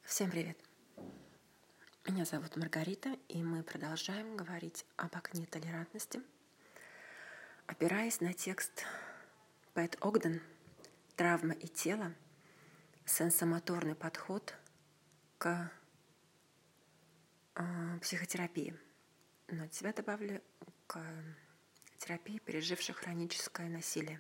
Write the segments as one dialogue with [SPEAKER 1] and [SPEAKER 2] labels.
[SPEAKER 1] Всем привет! Меня зовут Маргарита, и мы продолжаем говорить об окне толерантности, опираясь на текст Пэт Огден «Травма и тело. Сенсомоторный подход к психотерапии». Но от себя добавлю к терапии переживших хроническое насилие.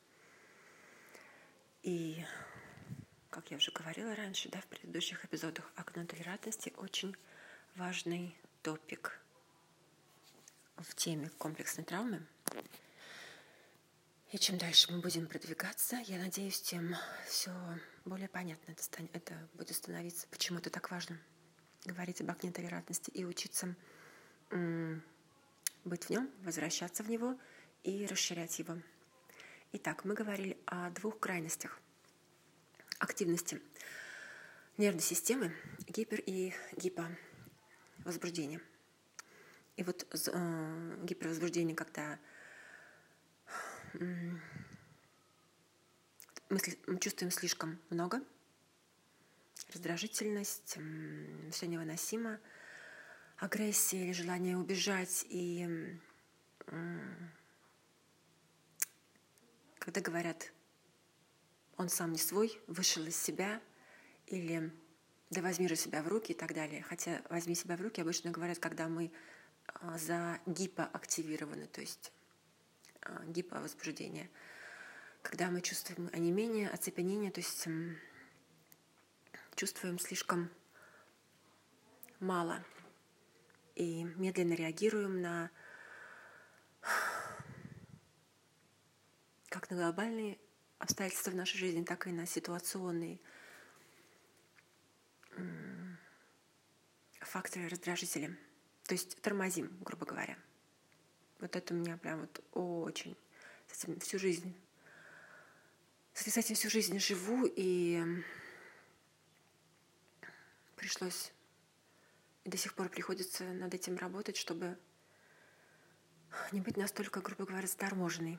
[SPEAKER 1] И, как я уже говорила раньше, в предыдущих эпизодах, окно толерантности очень важный топик в теме комплексной травмы. И чем дальше мы будем продвигаться, я надеюсь, тем все более понятно это будет становиться, почему это так важно говорить об окне толерантности и учиться быть в нем, возвращаться в него и расширять его. Итак, мы говорили о двух крайностях активности нервной системы, гипер- и гиповозбуждение. И вот гипервозбуждение, когда мы чувствуем слишком много, раздражительность, все невыносимо, агрессия или желание убежать. И когда говорят, он сам не свой, вышел из себя, или да возьми же себя в руки и так далее. Хотя возьми себя в руки обычно говорят, когда мы за гипоактивированы, то есть гиповозбуждение. Когда мы чувствуем онемение, оцепенение, то есть чувствуем слишком мало и медленно реагируем как на глобальные обстоятельства в нашей жизни, так и на ситуационные факторы, раздражители. То есть тормозим, грубо говоря. Вот это у меня прям вот очень с этим всю жизнь живу, и пришлось и до сих пор приходится над этим работать, чтобы не быть настолько, грубо говоря, заторможенной.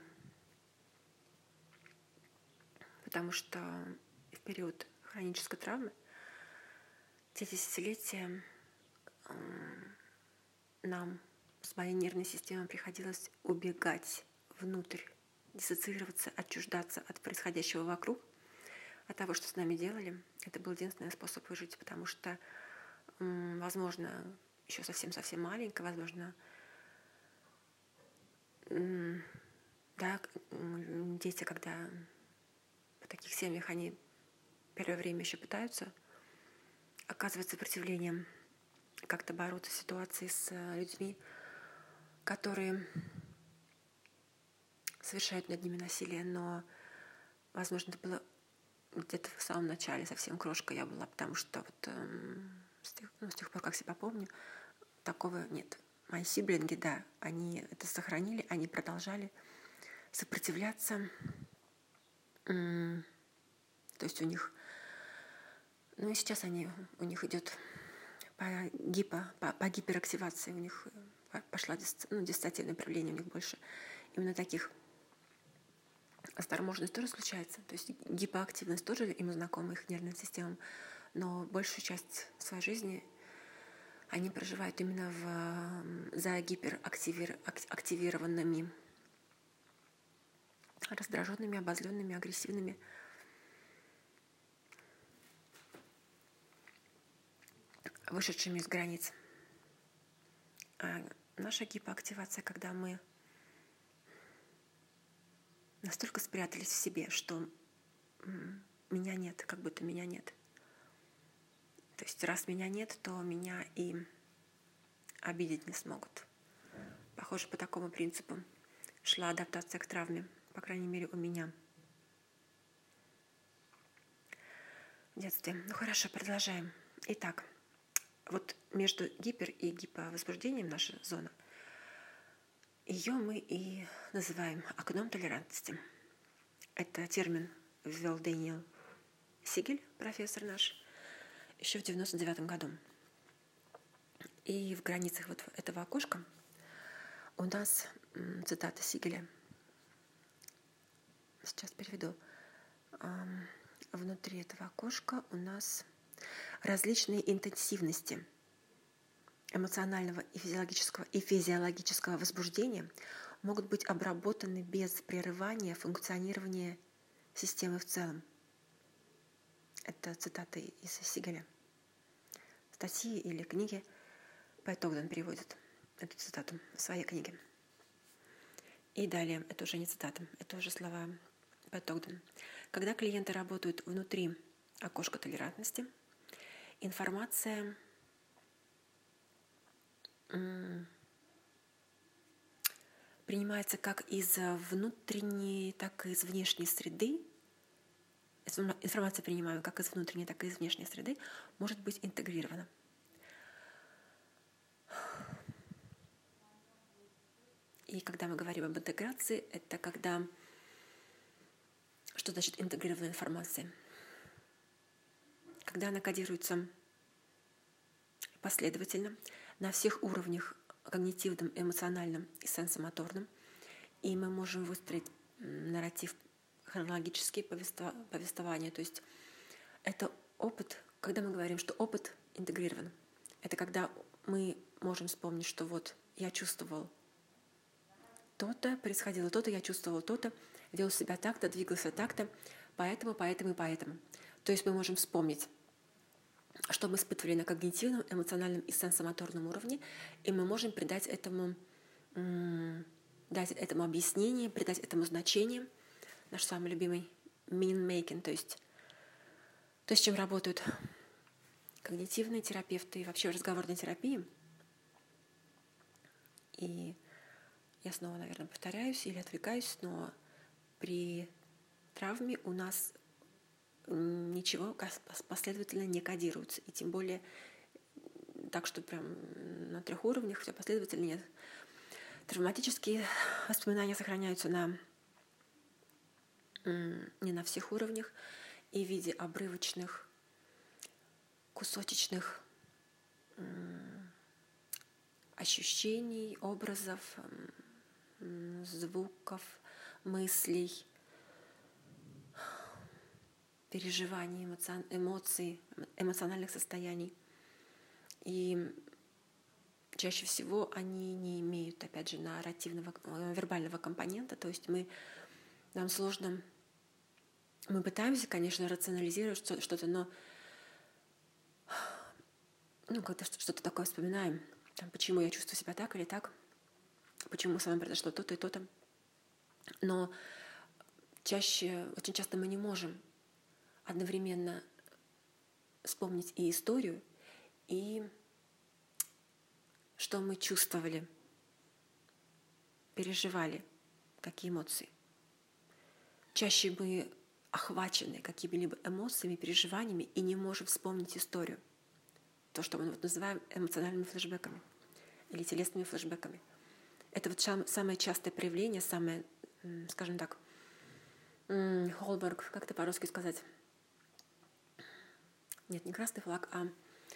[SPEAKER 1] Потому что в период хронической травмы, те десятилетия, нам с моей нервной системой приходилось убегать внутрь, диссоциироваться, отчуждаться от происходящего вокруг, от того, что с нами делали. Это был единственный способ выжить, потому что, возможно, еще совсем-совсем маленькая, возможно, дети, когда в таких семьях, они первое время еще пытаются оказывать сопротивление, как-то бороться с ситуацией с людьми, которые совершают над ними насилие, но, возможно, это было где-то в самом начале, совсем крошкой я была, потому что вот с тех пор, как себя помню, такого нет. Мои сиблинги, они это сохранили, они продолжали сопротивляться. То есть у них, и сейчас у них идет по гиперактивации, у них пошла диссоциативное проявление, у них больше именно таких. Осторожность тоже случается, то есть гипоактивность тоже им знакома, их нервным системам, но большую часть своей жизни они проживают именно за гиперактивированными, раздраженными, обозленными, агрессивными. Вышедшими из границ. А наша гипоактивация, когда мы настолько спрятались в себе, что меня нет, как будто меня нет. То есть раз меня нет, то меня и обидеть не смогут. Похоже, по такому принципу шла адаптация к травме, по крайней мере, у меня в детстве. Хорошо, продолжаем. Итак, вот между гипер- и гиповозбуждением наша зона, ее мы и называем окном толерантности. Это термин ввел Дэниел Сигель, профессор наш, еще в 1999 году. И в границах вот этого окошка у нас, цитата Сигеля, сейчас переведу, внутри этого окошка у нас Различные интенсивности эмоционального и физиологического возбуждения могут быть обработаны без прерывания функционирования системы в целом. Это цитата из Сигеля. Статьи или книги Пэт Тогден переводит эту цитату в своей книге. И далее, это уже не цитата, это уже слова Пэт Тогден. Когда клиенты работают внутри окошка толерантности, информация принимается как из внутренней, так и из внешней среды. Информация, принимаемая как из внутренней, так и из внешней среды, может быть интегрирована. И когда мы говорим об интеграции, это когда... Что значит интегрированная информация? Когда она кодируется последовательно на всех уровнях: когнитивном, эмоциональном и сенсомоторном, и мы можем выстроить нарратив, хронологические повествования. То есть это опыт, когда мы говорим, что опыт интегрирован. Это когда мы можем вспомнить, что вот я чувствовал то-то, происходило то-то, я чувствовал то-то, вел себя так-то, двигался так-то, поэтому. То есть мы можем вспомнить, что мы испытывали на когнитивном, эмоциональном и сенсомоторном уровне, и мы можем придать этому, дать этому объяснение, придать этому значение. Наш самый любимый meaning-making, то есть то, с чем работают когнитивные терапевты и вообще в разговорной терапии. И я снова, наверное, повторяюсь или отвлекаюсь, но при травме у нас ничего последовательно не кодируется. И тем более так, что прям на 3 уровнях все последовательно нет. Травматические воспоминания сохраняются не на всех уровнях и в виде обрывочных, кусочечных ощущений, образов, звуков, мыслей, переживаний, эмоций, эмоциональных состояний. И чаще всего они не имеют, опять же, нарративного, вербального компонента, то есть нам сложно, мы пытаемся, конечно, рационализировать что-то, но когда что-то такое вспоминаем, почему я чувствую себя так или так, почему со мной произошло то-то и то-то. Но очень часто мы не можем одновременно вспомнить и историю, и что мы чувствовали, переживали, какие эмоции. Чаще мы охвачены какими-либо эмоциями, переживаниями и не можем вспомнить историю. То, что мы называем эмоциональными флешбэками или телесными флешбэками. Это самое частое проявление, самое, скажем так, Холберг, как это по-русски сказать? Нет, не красный флаг, а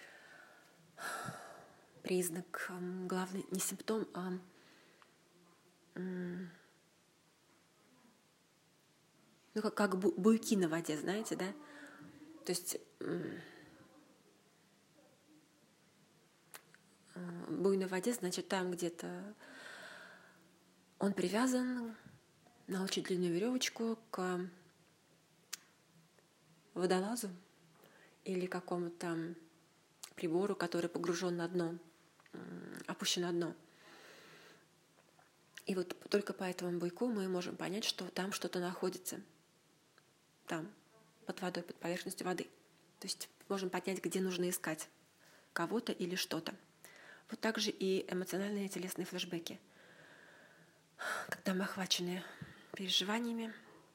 [SPEAKER 1] признак, главный, не симптом, а как буйки на воде, знаете, да? То есть буй на воде, значит, там где-то он привязан на очень длинную веревочку к водолазу или какому-то прибору, который погружен на дно, опущен на дно. И вот только по этому буйку мы можем понять, что там что-то находится. Там, под водой, под поверхностью воды. То есть можем понять, где нужно искать кого-то или что-то. Вот так же и эмоциональные и телесные флешбеки. Когда мы охвачены переживаниями,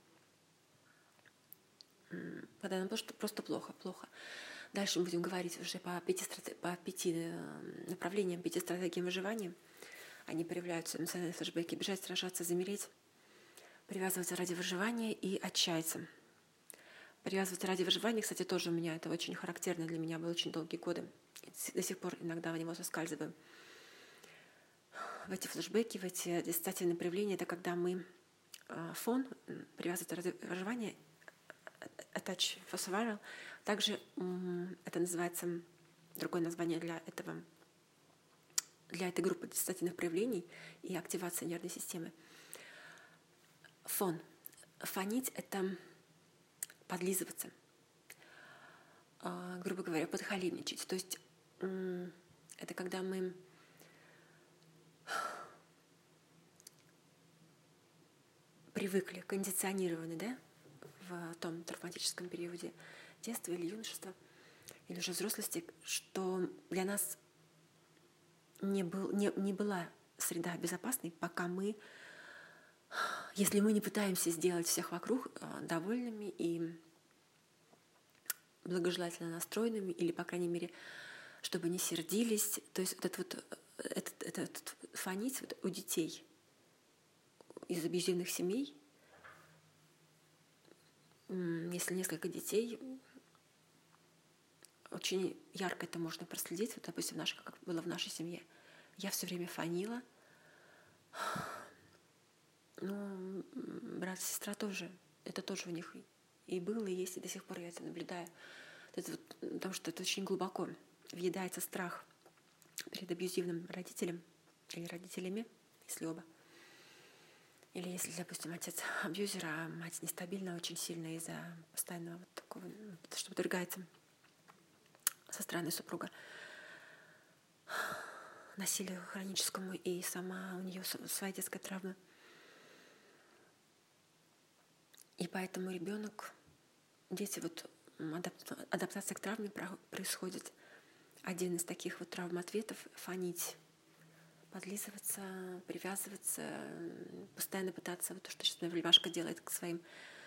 [SPEAKER 1] когда нам просто плохо. Дальше мы будем говорить уже по 5 направлениям, 5 стратегиям выживания. Они проявляются, эмоциональные флешбеки: бежать, сражаться, замереть, привязываться ради выживания и отчаяться. Привязываться ради выживания, кстати, тоже у меня это очень характерно для меня было очень долгие годы. До сих пор иногда в него соскальзываем. В эти флешбеки, в эти диссоциативные проявления, это когда мы привязываться ради выживания, attach for survival. Также это называется, другое название для этой группы диссоциативных проявлений и активации нервной системы. Фон. Фонить — это подлизываться, грубо говоря, подхалимничать. То есть это когда мы привыкли, кондиционированы, да, в том травматическом периоде детства или юношества, или уже взрослости, что для нас не была среда безопасной, пока если мы не пытаемся сделать всех вокруг довольными и благожелательно настроенными, или, по крайней мере, чтобы не сердились. То есть этот фонить у детей из абьюзивных семей, если несколько детей, очень ярко это можно проследить. Вот, допустим, как было в нашей семье. Я все время фонила. Но брат и сестра тоже. Это тоже у них и было, и есть, и до сих пор я это наблюдаю. Потому что это очень глубоко въедается страх перед абьюзивным родителем или родителями, если оба. Или если, допустим, отец абьюзер, а мать нестабильна очень сильно из-за постоянного вот такого, что подвергается со стороны супруга насилию хроническому, и сама у нее своя детская травма. И поэтому дети, адаптация к травме происходит. Один из таких вот травм-ответов — фонить, подлизываться, привязываться, постоянно пытаться, то, что сейчас Левашка делает к своим,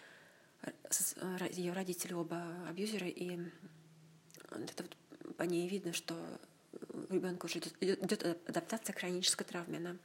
[SPEAKER 1] ее родители оба абьюзеры, и это по ней видно, что у ребенка уже идет адаптация к хронической травме.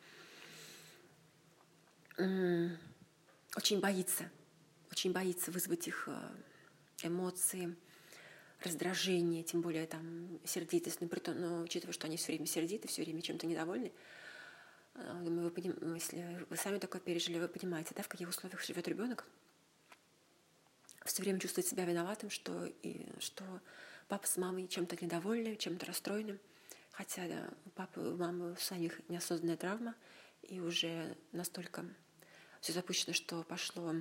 [SPEAKER 1] Она очень боится вызвать их эмоции, раздражение, тем более там сердитость, но учитывая, что они все время сердиты, все время чем-то недовольны, думаю, если вы сами такое пережили, вы понимаете, да, в каких условиях живет ребенок, все время чувствует себя виноватым, что папа с мамой чем-то недовольны, чем-то расстроены, хотя у папы и у мамы у самих неосознанная травма, и уже настолько все запущено, что пошло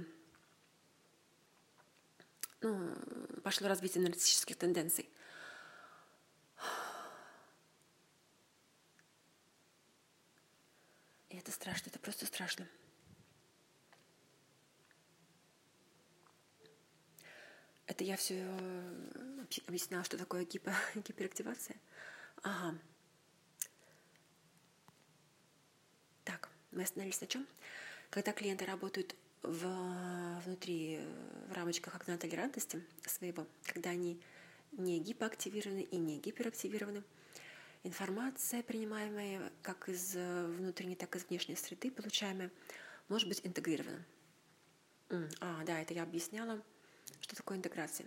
[SPEAKER 1] развитие нарциссических тенденций. И это страшно, это просто страшно. Это я все объясняла, что такое гиперактивация. Ага. Так, мы остановились на чем? Когда клиенты работают внутри, в рамочках окна толерантности своего, когда они не гипоактивированы и не гиперактивированы, информация, принимаемая как из внутренней, так и из внешней среды, получаемая, может быть интегрирована. Да, это я объясняла, что такое интеграция.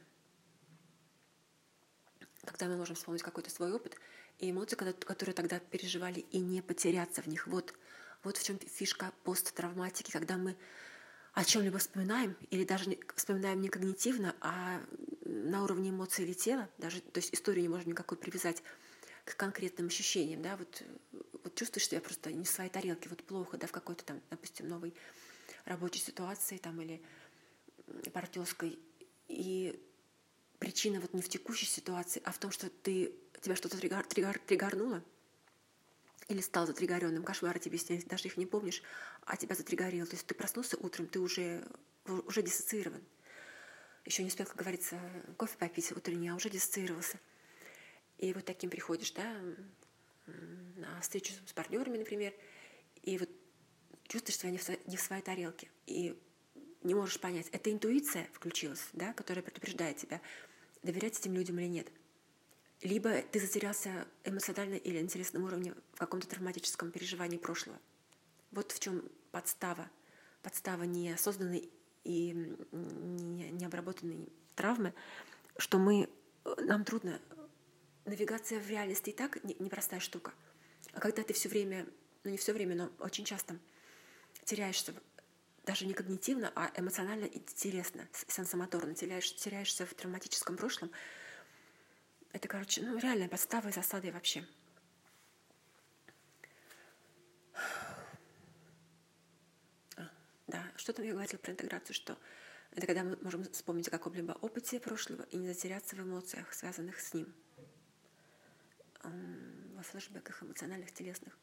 [SPEAKER 1] Когда мы можем вспомнить какой-то свой опыт и эмоции, которые тогда переживали, и не потеряться в них. Вот в чем фишка посттравматики, когда мы о чем-либо вспоминаем, или даже вспоминаем не когнитивно, а на уровне эмоций или тела, даже, то есть историю не можем никакой привязать к конкретным ощущениям, да, вот чувствуешь себя просто не в своей тарелке, вот плохо, да, в какой-то там, допустим, новой рабочей ситуации там или партнерской, и причина вот не в текущей ситуации, а в том, что тебя что-то триггернуло, или стал затриггеренным, кошмары тебе снились, даже их не помнишь, а тебя затриггерило. То есть ты проснулся утром, ты уже диссоциирован. Еще не успел, как говорится, кофе попить утренний, а уже диссоциировался. И вот таким приходишь, да, на встречу с партнерами, например, и вот чувствуешь себя не в своей тарелке, и не можешь понять, это интуиция включилась, да, которая предупреждает тебя, доверять этим людям или нет. Либо ты затерялся эмоционально или на телесном уровне в каком-то травматическом переживании прошлого. Вот в чем подстава неосознанной и необработанной травмы, что нам трудно. Навигация в реальности и так непростая штука. А когда ты все время, не все время, но очень часто теряешься даже не когнитивно, а эмоционально интересно, сенсомоторно, теряешься в травматическом прошлом. Это, короче, реальная подстава и засада вообще. Да, что там я говорила про интеграцию, что это когда мы можем вспомнить о каком-либо опыте прошлого и не затеряться в эмоциях, связанных с ним, во флешбеках эмоциональных, телесных.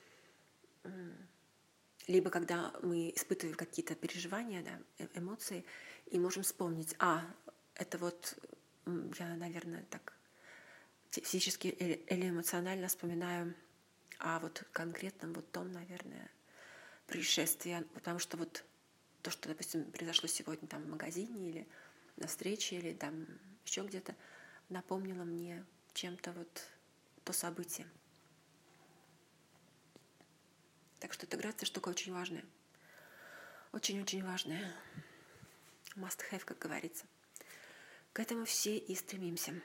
[SPEAKER 1] Либо когда мы испытываем какие-то переживания, да, эмоции, и можем вспомнить, это вот я, наверное, так физически или эмоционально вспоминаю о вот конкретном вот том, наверное, происшествии, потому что вот то, что, допустим, произошло сегодня там в магазине или на встрече, или там еще где-то, напомнило мне чем-то вот то событие. Так что интеграция штука очень важная. Очень-очень важная. Must have, как говорится. К этому все и стремимся.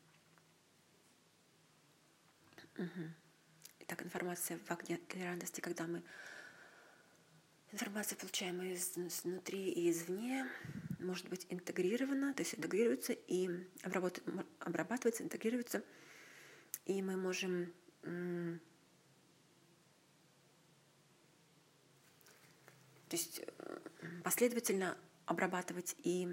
[SPEAKER 1] Итак, информация в окне толерантности, когда мы информацию получаем изнутри и извне, может быть интегрирована, то есть интегрируется и обрабатывается, интегрируется, и мы можем то есть последовательно обрабатывать и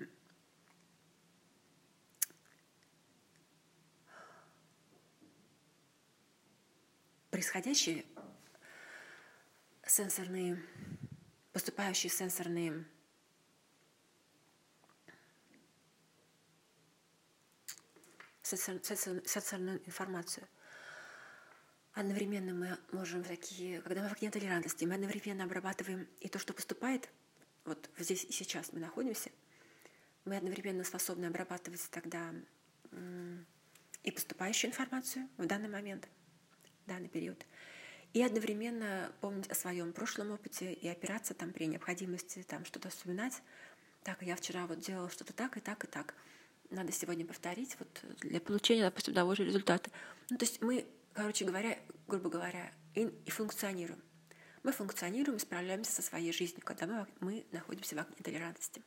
[SPEAKER 1] происходящие сенсорные, поступающие сенсорную информацию. Одновременно мы можем когда мы в окне толерантности, мы одновременно обрабатываем и то, что поступает, вот здесь и сейчас мы находимся, мы одновременно способны обрабатывать тогда и поступающую информацию в данный момент, в данный период, и одновременно помнить о своем прошлом опыте и опираться там при необходимости там что-то вспоминать. Так, я вчера вот делала что-то так и так и так. Надо сегодня повторить вот для получения, допустим, того же результата. То есть мы, короче говоря, грубо говоря, и функционируем. Мы функционируем и справляемся со своей жизнью, когда мы находимся в окне толерантности.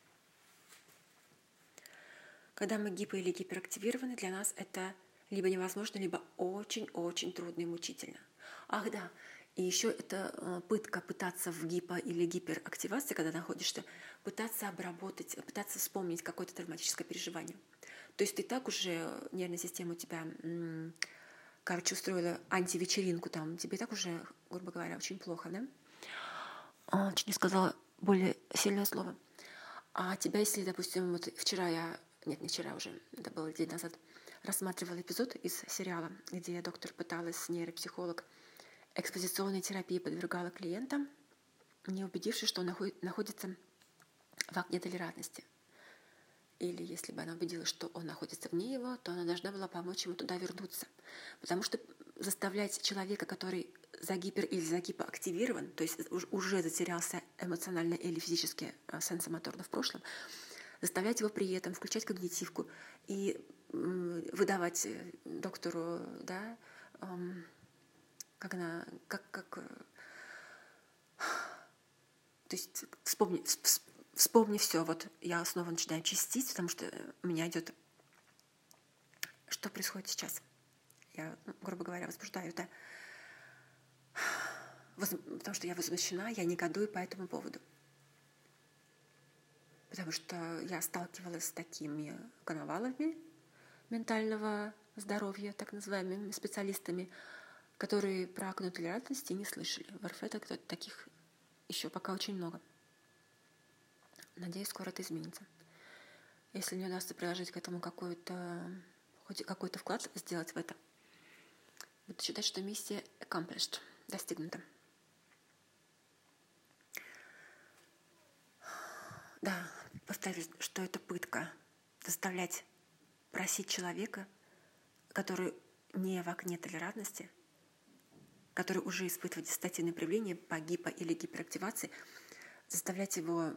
[SPEAKER 1] Когда мы гипо- или гиперактивированы, для нас это либо невозможно, либо очень-очень трудно и мучительно. Ах да, и еще это пытка пытаться в гипо- или гиперактивации, когда находишься, пытаться обработать, пытаться вспомнить какое-то травматическое переживание. То есть ты так уже, нервная система у тебя, короче, устроила антивечеринку там, тебе так уже, грубо говоря, очень плохо, да? Чуть не сказала более сильное слово. А тебя, если, допустим, вот вчера не вчера уже, это было день назад, рассматривала эпизод из сериала, где доктор пыталась, нейропсихолог, экспозиционной терапии подвергала клиента, не убедившись, что он находится в окне толерантности. Или если бы она убедилась, что он находится вне его, то она должна была помочь ему туда вернуться. Потому что заставлять человека, который загипер или загипоактивирован, то есть уже затерялся эмоционально или физически сенсомоторно в прошлом, заставлять его при этом включать когнитивку и выдавать доктору, да, то есть вспомни все. Вот я снова начинаю чистить, потому что у меня идет, что происходит сейчас. Я, грубо говоря, возбуждаю, да, потому что я возмущена, я негодую по этому поводу. Потому что я сталкивалась с такими коновалами ментального здоровья, так называемыми специалистами, которые про окно толерантности не слышали. В РФ таких еще пока очень много. Надеюсь, скоро это изменится. Если мне удастся приложить к этому хоть какой-то вклад сделать в это, буду считать, что миссия accomplished, достигнута. Да, повторюсь, что это пытка. Заставлять просить человека, который не в окне толерантности, который уже испытывает диссоциативные проявления по гипо- или гиперактивации, заставлять его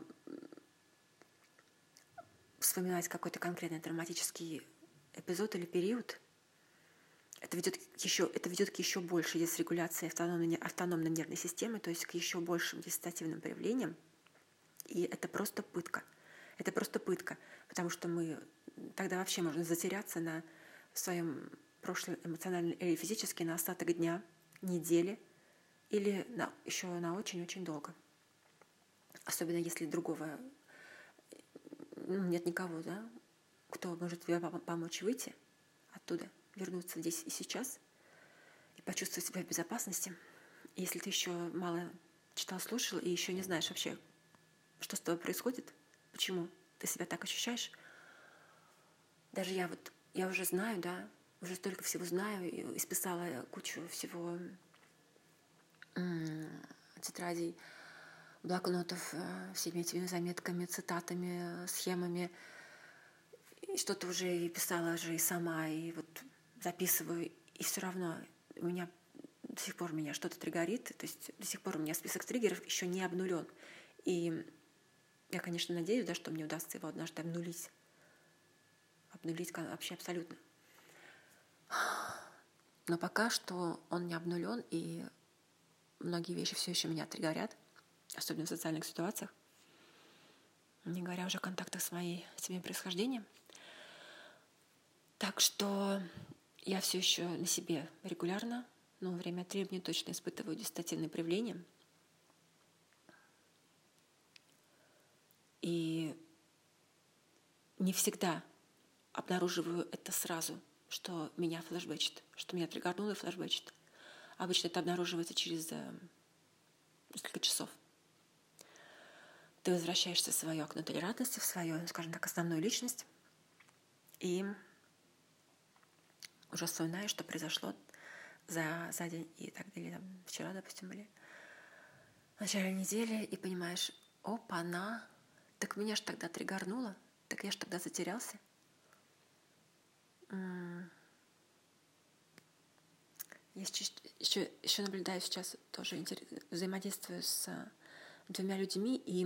[SPEAKER 1] вспоминать какой-то конкретный травматический эпизод или период, это ведет к еще большей дисрегуляции автономной нервной системы, то есть к еще большим диссоциативным проявлениям. И это просто пытка. Это просто пытка, потому что мы тогда вообще можно затеряться на своем прошлом эмоционально или физически на остаток дня, недели или еще на очень-очень долго. Особенно если другого нет никого, да, кто может тебе помочь выйти оттуда, вернуться здесь и сейчас и почувствовать себя в безопасности. И если ты еще мало читал, слушал и еще не знаешь вообще, что с тобой происходит, почему ты себя так ощущаешь. Даже я уже знаю, да, уже столько всего знаю, и исписала кучу всего тетрадей, блокнотов, всеми этими заметками, цитатами, схемами. И что-то уже и писала же и сама, и вот записываю, и все равно у меня до сих пор меня что-то триггерит, то есть до сих пор у меня список триггеров еще не обнулен. И я, конечно, надеюсь, да, что мне удастся его однажды обнулить. Обнулить вообще абсолютно. Но пока что он не обнулен, и многие вещи все еще меня триггерят, особенно в социальных ситуациях, не говоря уже о контактах с моим происхождением. Так что я все еще на себе регулярно, но время от времени точно испытываю диссоциативные проявления. И не всегда обнаруживаю это сразу, что меня флешбэчит, что меня триггернуло и флешбэчит. Обычно это обнаруживается через несколько часов. Ты возвращаешься в свое окно толерантности, в свою, скажем так, основную личность, и уже вспоминаешь, что произошло за день и так далее. Там, вчера, допустим, были в начале недели, и понимаешь, опа-на, так меня ж тогда триггернуло, так я ж тогда затерялся. Я еще наблюдаю сейчас, тоже взаимодействую с двумя людьми, и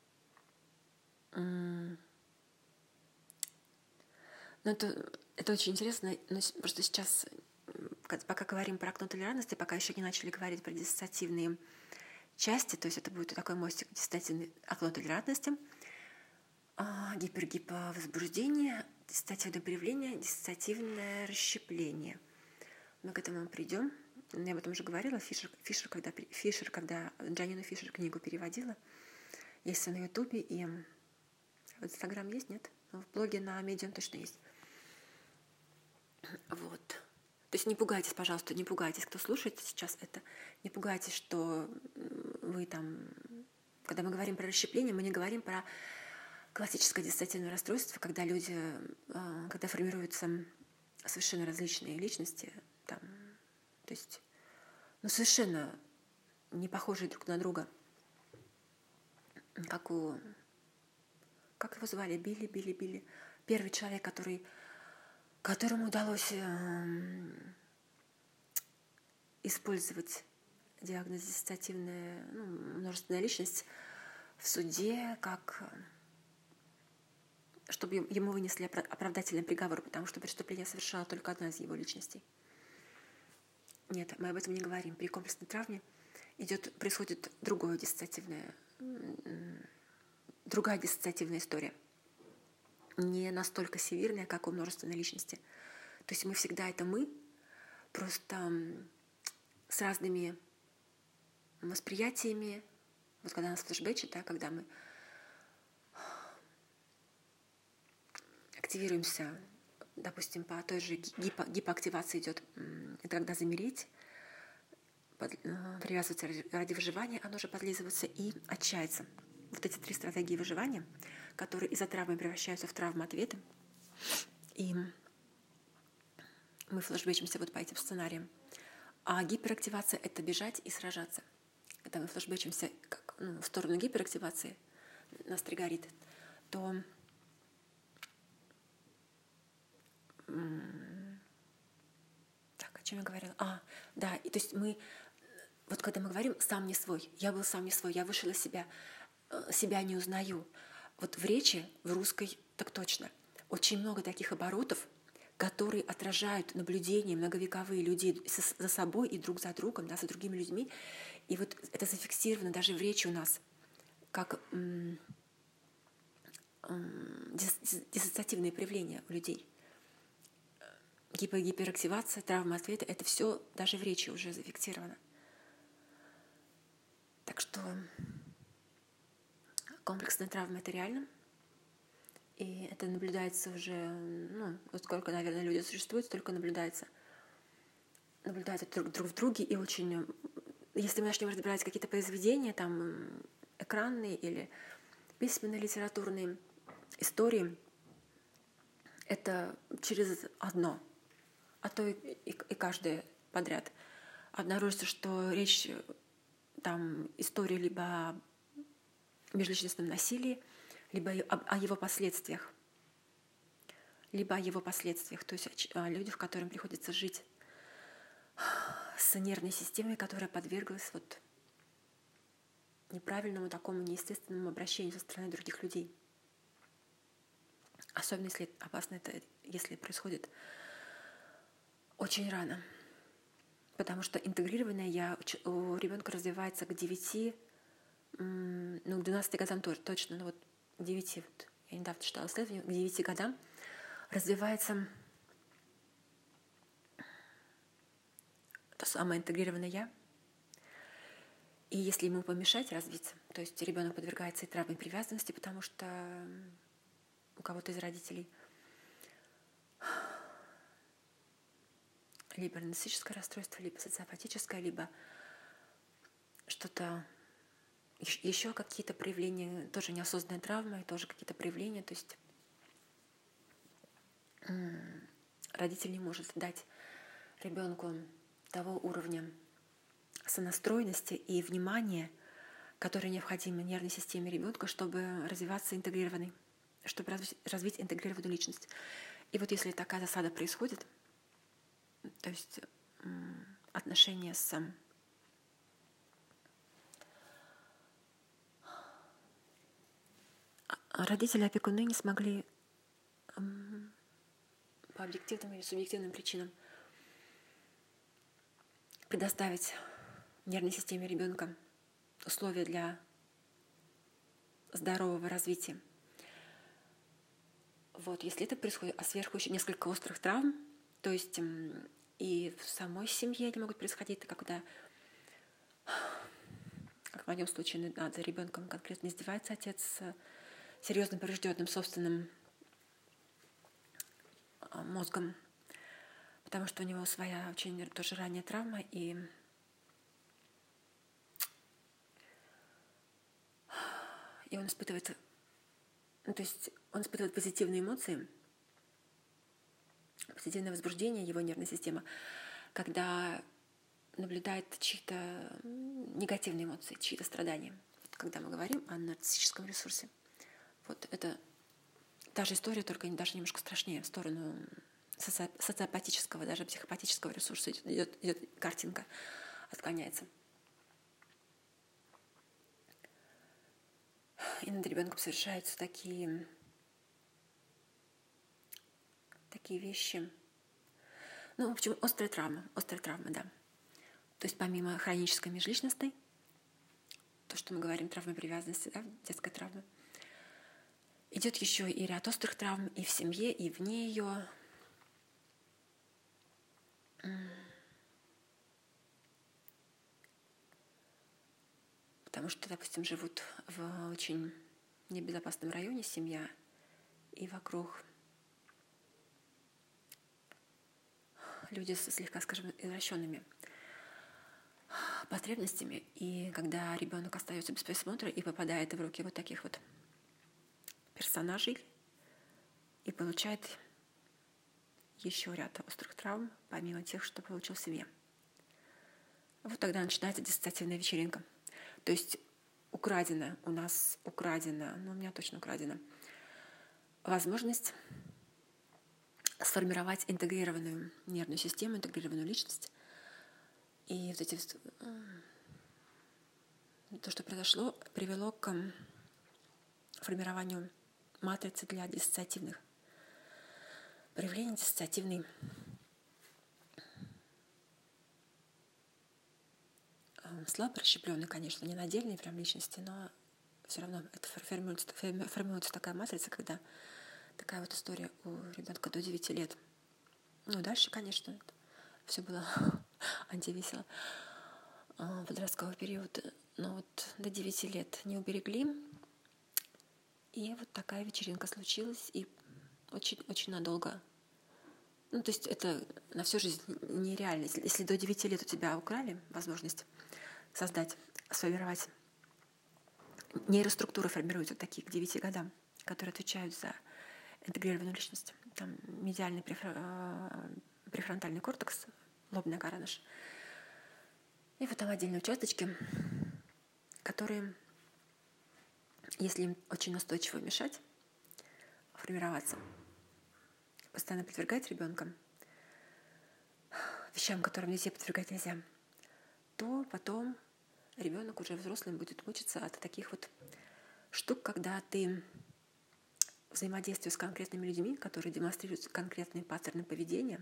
[SPEAKER 1] это очень интересно, но просто сейчас, пока говорим про окно толерантности, пока еще не начали говорить про диссоциативные части, то есть это будет такой мостик диссоциативный окно толерантности, гипергиповозбуждение, диссоциативное проявление, диссоциативное расщепление. Мы к этому придем. Я об этом уже говорила. Фишер, когда Джанину Фишер книгу переводила, есть все на Ютубе, и в Инстаграм есть, нет? В блоге на Medium точно есть. Вот. То есть не пугайтесь, пожалуйста, не пугайтесь, кто слушает сейчас это, не пугайтесь, что вы там... Когда мы говорим про расщепление, мы не говорим про классическое диссоциативное расстройство, когда когда формируются совершенно различные личности, там, то есть, совершенно не похожие друг на друга, как его звали? Билли. Первый человек, которому удалось использовать диагноз диссоциативная множественная личность в суде, чтобы ему вынесли оправдательный приговор, потому что преступление совершала только одна из его личностей. Нет, мы об этом не говорим. При комплексной травме происходит другая диссоциативная история. Не настолько северная, как у множественной личности. То есть мы всегда это мы, просто с разными восприятиями. Вот когда нас флешбэчит, да, когда мы активируемся, допустим, по той же гипоактивации идет, это когда замереть, привязываться ради выживания, оно же подлизывается и отчаяться. Вот эти 3 стратегии выживания, которые из-за травмы превращаются в травмы-ответы, и мы флешбэчимся вот по этим сценариям. А гиперактивация — это бежать и сражаться. Когда мы флешбэчимся в сторону гиперактивации, нас триггерит, то о чем я говорила? Да, и то есть вот когда мы говорим «сам не свой», я был сам не свой, я вышел из себя не узнаю. Вот в речи, в русской, так точно, очень много таких оборотов, которые отражают наблюдения многовековые людей за собой и друг за другом, да, за другими людьми. И вот это зафиксировано даже в речи у нас. как диссоциативные проявления у людей. Гиперактивация, травма ответа — это все даже в речи уже зафиксировано. Так что комплексная травма — это реально. И это наблюдается уже, вот сколько, наверное, люди существуют, столько наблюдается друг в друге. И очень, если мы начнем разбирать какие-то произведения, там, экранные или письменные литературные истории, это через одно, а то и каждое подряд обнаружится, что речь там истории либо о межличностном насилии, либо о его последствиях, то есть о людях, которым приходится жить с нервной системой, которая подверглась неправильному такому неестественному обращению со стороны других людей. Особенно если опасно это, если происходит очень рано. Потому что интегрированное «я» у ребенка развивается к 9, к 12 годам тоже, точно, к 9, я недавно читала исследование, к 9 годам развивается то самое интегрированное «я». И если ему помешать развиться, то есть ребенок подвергается и травме привязанности, потому что у кого-то из родителей либо нарциссическое расстройство, либо социопатическое, либо что-то, еще какие-то проявления, тоже неосознанная травма, и тоже какие-то проявления, то есть родитель не может дать ребенку того уровня сонастроенности и внимания, которые необходимы нервной системе ребенка, чтобы развиваться интегрированной, чтобы развить интегрированную личность. И вот если такая засада происходит, то есть отношения с родители, опекуны не смогли по объективным или субъективным причинам предоставить нервной системе ребенка условия для здорового развития. Если это происходит, а сверху еще несколько острых травм, то есть и в самой семье они могут происходить, когда, как в моем случае, над ребенком конкретно издевается отец с серьезно поврежденным собственным мозгом, потому что у него своя очень тоже ранняя травма, и он испытывает, он испытывает позитивные эмоции, позитивное возбуждение его нервной системы, когда наблюдает чьи-то негативные эмоции, чьи-то страдания. Когда мы говорим о нарциссическом ресурсе. Это та же история, только даже немножко страшнее, в сторону социопатического, даже психопатического ресурса идет картинка, отклоняется. И над ребенком совершаются такие вещи. В общем, острая травма, да. То есть помимо хронической межличностной, то, что мы говорим, травма привязанности, да, детская травма, идет еще и ряд острых травм и в семье, и вне ее. Потому что, допустим, живут в очень небезопасном районе семья, и вокруг люди с слегка, скажем, извращенными потребностями. И когда ребенок остается без присмотра и попадает в руки таких персонажей и получает еще ряд острых травм, помимо тех, что получил в семье. Тогда начинается диссоциативная вечеринка. То есть у меня точно украдена возможность сформировать интегрированную нервную систему, интегрированную личность. И то, что произошло, привело к формированию матрицы для диссоциативных проявлений, диссоциативной слабо расщепленной, конечно, не на отдельные прям личности, но все равно это формируется такая матрица, когда такая вот история у ребенка до 9 лет. Ну, дальше, конечно, все было антивесело. Подростковый период, но вот до 9 лет не уберегли. И вот такая вечеринка случилась, и очень-очень надолго. Ну, то есть это на всю жизнь нереально. Если до 9 лет у тебя украли возможность создать, сформировать, нейроструктуры формируются такие к 9 годам, которые отвечают за интегрированную личность. Там медиальный префронтальный кортекс, лобная кора наша. И вот там отдельные участочки, которые, если им очень настойчиво мешать формироваться, постоянно подвергать ребенка вещам, которым детей подвергать нельзя, то потом ребенок уже взрослым будет мучиться от таких вот штук, когда ты взаимодействуешь с конкретными людьми, которые демонстрируют конкретные паттерны поведения,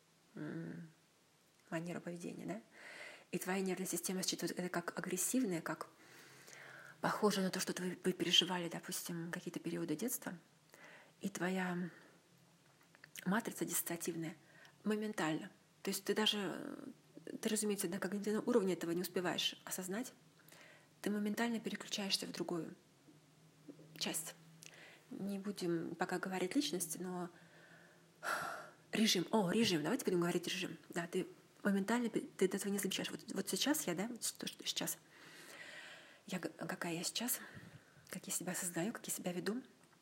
[SPEAKER 1] манеру поведения, да, и твоя нервная система считывает это как агрессивное, как похоже на то, что вы переживали, допустим, какие-то периоды детства, и твоя матрица диссоциативная моментально. То есть ты, разумеется, на когнитивном уровне этого не успеваешь осознать, ты моментально переключаешься в другую часть. Не будем пока говорить личности, но режим. Режим. Давайте будем говорить режим. Да, ты моментально, ты этого не замечаешь. Вот сейчас я, да, что сейчас. Какая я сейчас, как я себя создаю, как я себя веду.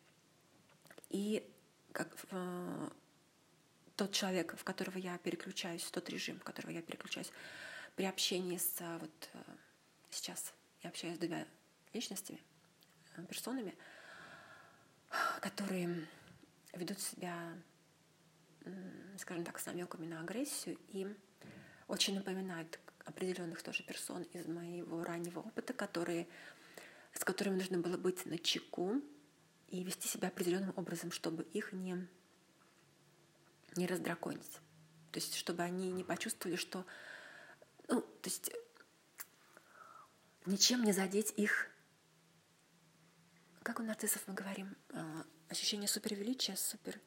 [SPEAKER 1] И как тот человек, в которого я переключаюсь, тот режим, в которого я переключаюсь при общении с сейчас я общаюсь с двумя личностями, персонами, которые ведут себя, скажем так, с намеками на агрессию и очень напоминают определенных тоже персон из моего раннего опыта, с которыми нужно было быть начеку и вести себя определенным образом, чтобы их не раздраконить. То есть, чтобы они не почувствовали, что... то есть, ничем не задеть их... Как у нарциссов мы говорим? Ощущение супервеличия,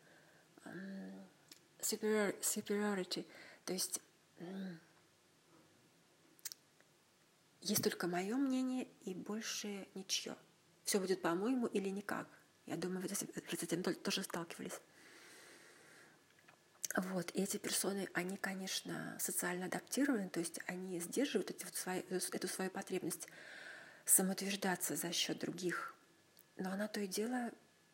[SPEAKER 1] superiority. То есть, есть только мое мнение и больше ничье. Все будет по-моему или никак. Я думаю, вы с этим тоже сталкивались. Вот, и эти персоны, они, конечно, социально адаптированы, то есть они сдерживают эту свою потребность самоутверждаться за счет других. Но она то и дело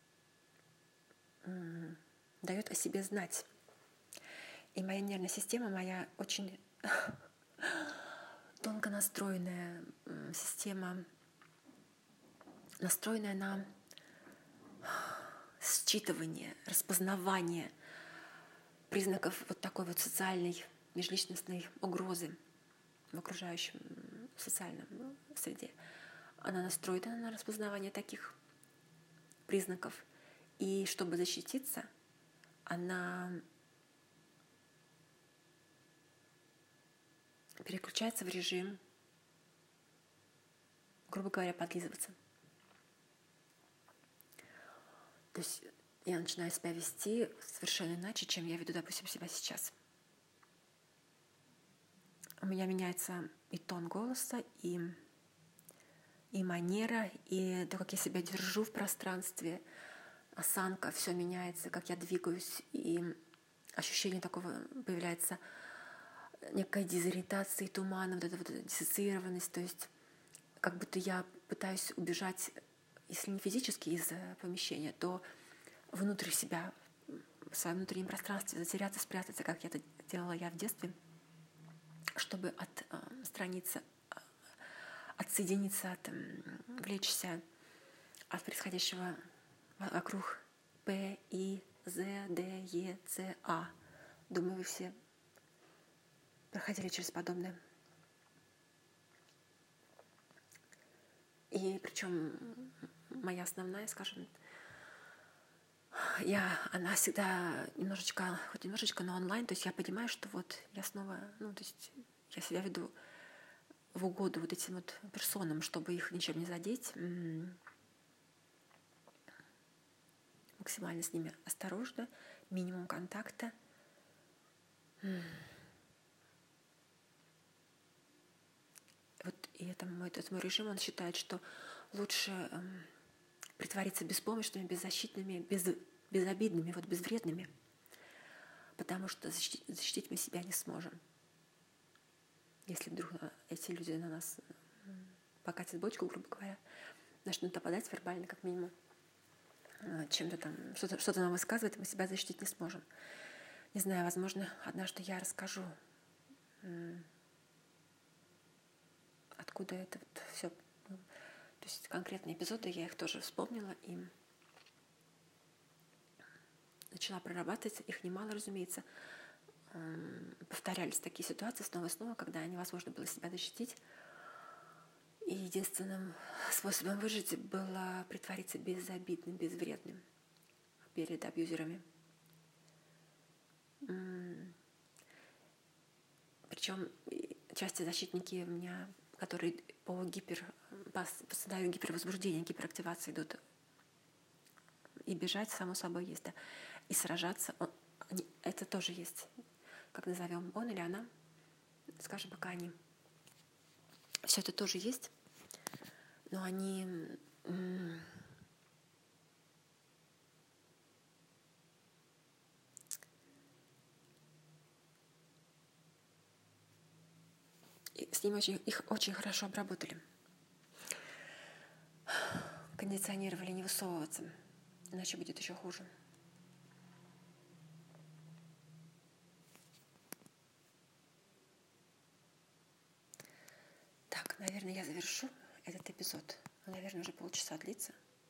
[SPEAKER 1] дает о себе знать. И моя нервная система, моя очень тонко настроенная система, настроенная на считывание, распознавание признаков вот такой вот социальной, межличностной угрозы в окружающем социальном среде. Она настроена на распознавание таких признаков. И чтобы защититься, она переключается в режим, грубо говоря, подлизываться. То есть я начинаю себя вести совершенно иначе, чем я веду, допустим, себя сейчас. У меня меняется и тон голоса, и манера, и то, как я себя держу в пространстве, осанка, все меняется, как я двигаюсь, и ощущение такого появляется некой дезориентации, тумана, вот эта вот диссоциированность, то есть как будто я пытаюсь убежать, если не физически из помещения, то внутрь себя, в своем внутреннем пространстве, затеряться, спрятаться, как это делала я в детстве, чтобы отстраниться, отсоединиться, отвлечься от происходящего вокруг П, И, З, Д, Е, Ц, А. Думаю, вы все проходили через подобное. И причем моя основная, скажем, она всегда хоть немножечко, но онлайн, то есть я понимаю, что вот я снова, то есть я себя веду в угоду вот этим вот персонам, чтобы их ничем не задеть, максимально с ними осторожно, минимум контакта. Вот и это мой режим, он считает, что лучше притвориться беспомощными, беззащитными, безобидными, вот безвредными, потому что защитить мы себя не сможем. Если вдруг эти люди на нас покатят бочку, грубо говоря, начнут нападать вербально, как минимум, чем-то там, что-то нам высказывает, мы себя защитить не сможем. Не знаю, возможно, однажды я расскажу, откуда это вот все. То есть конкретные эпизоды, я их тоже вспомнила и начала прорабатывать. Их немало, разумеется. Повторялись такие ситуации снова и снова, когда невозможно было себя защитить. И единственным способом выжить было притвориться безобидным, безвредным перед абьюзерами. Причем часто защитники у меня, которые по сценарию гипервозбуждения, гиперактивации идут, и бежать, само собой, есть, да, и сражаться, это тоже есть. Как назовем, он или она, скажем, пока они. Все это тоже есть, но они с ними их очень хорошо обработали. Кондиционировали не высовываться, иначе будет еще хуже. Так, наверное, я завершу этот эпизод. Он, наверное, уже полчаса длится.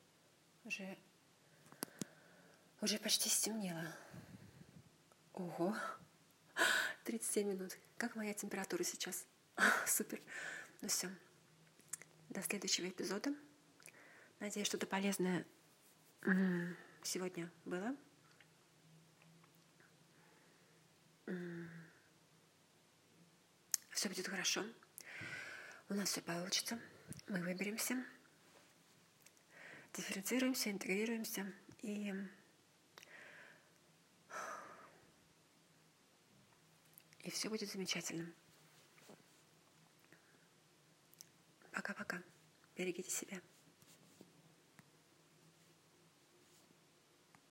[SPEAKER 1] Уже почти стемнело. Ого! 37 минут. Как моя температура сейчас? Супер. Ну все. До следующего эпизода. Надеюсь, что-то полезное сегодня было. Все будет хорошо. У нас все получится. Мы выберемся. Дифференцируемся, интегрируемся. И все будет замечательно. Пока-пока. Берегите себя.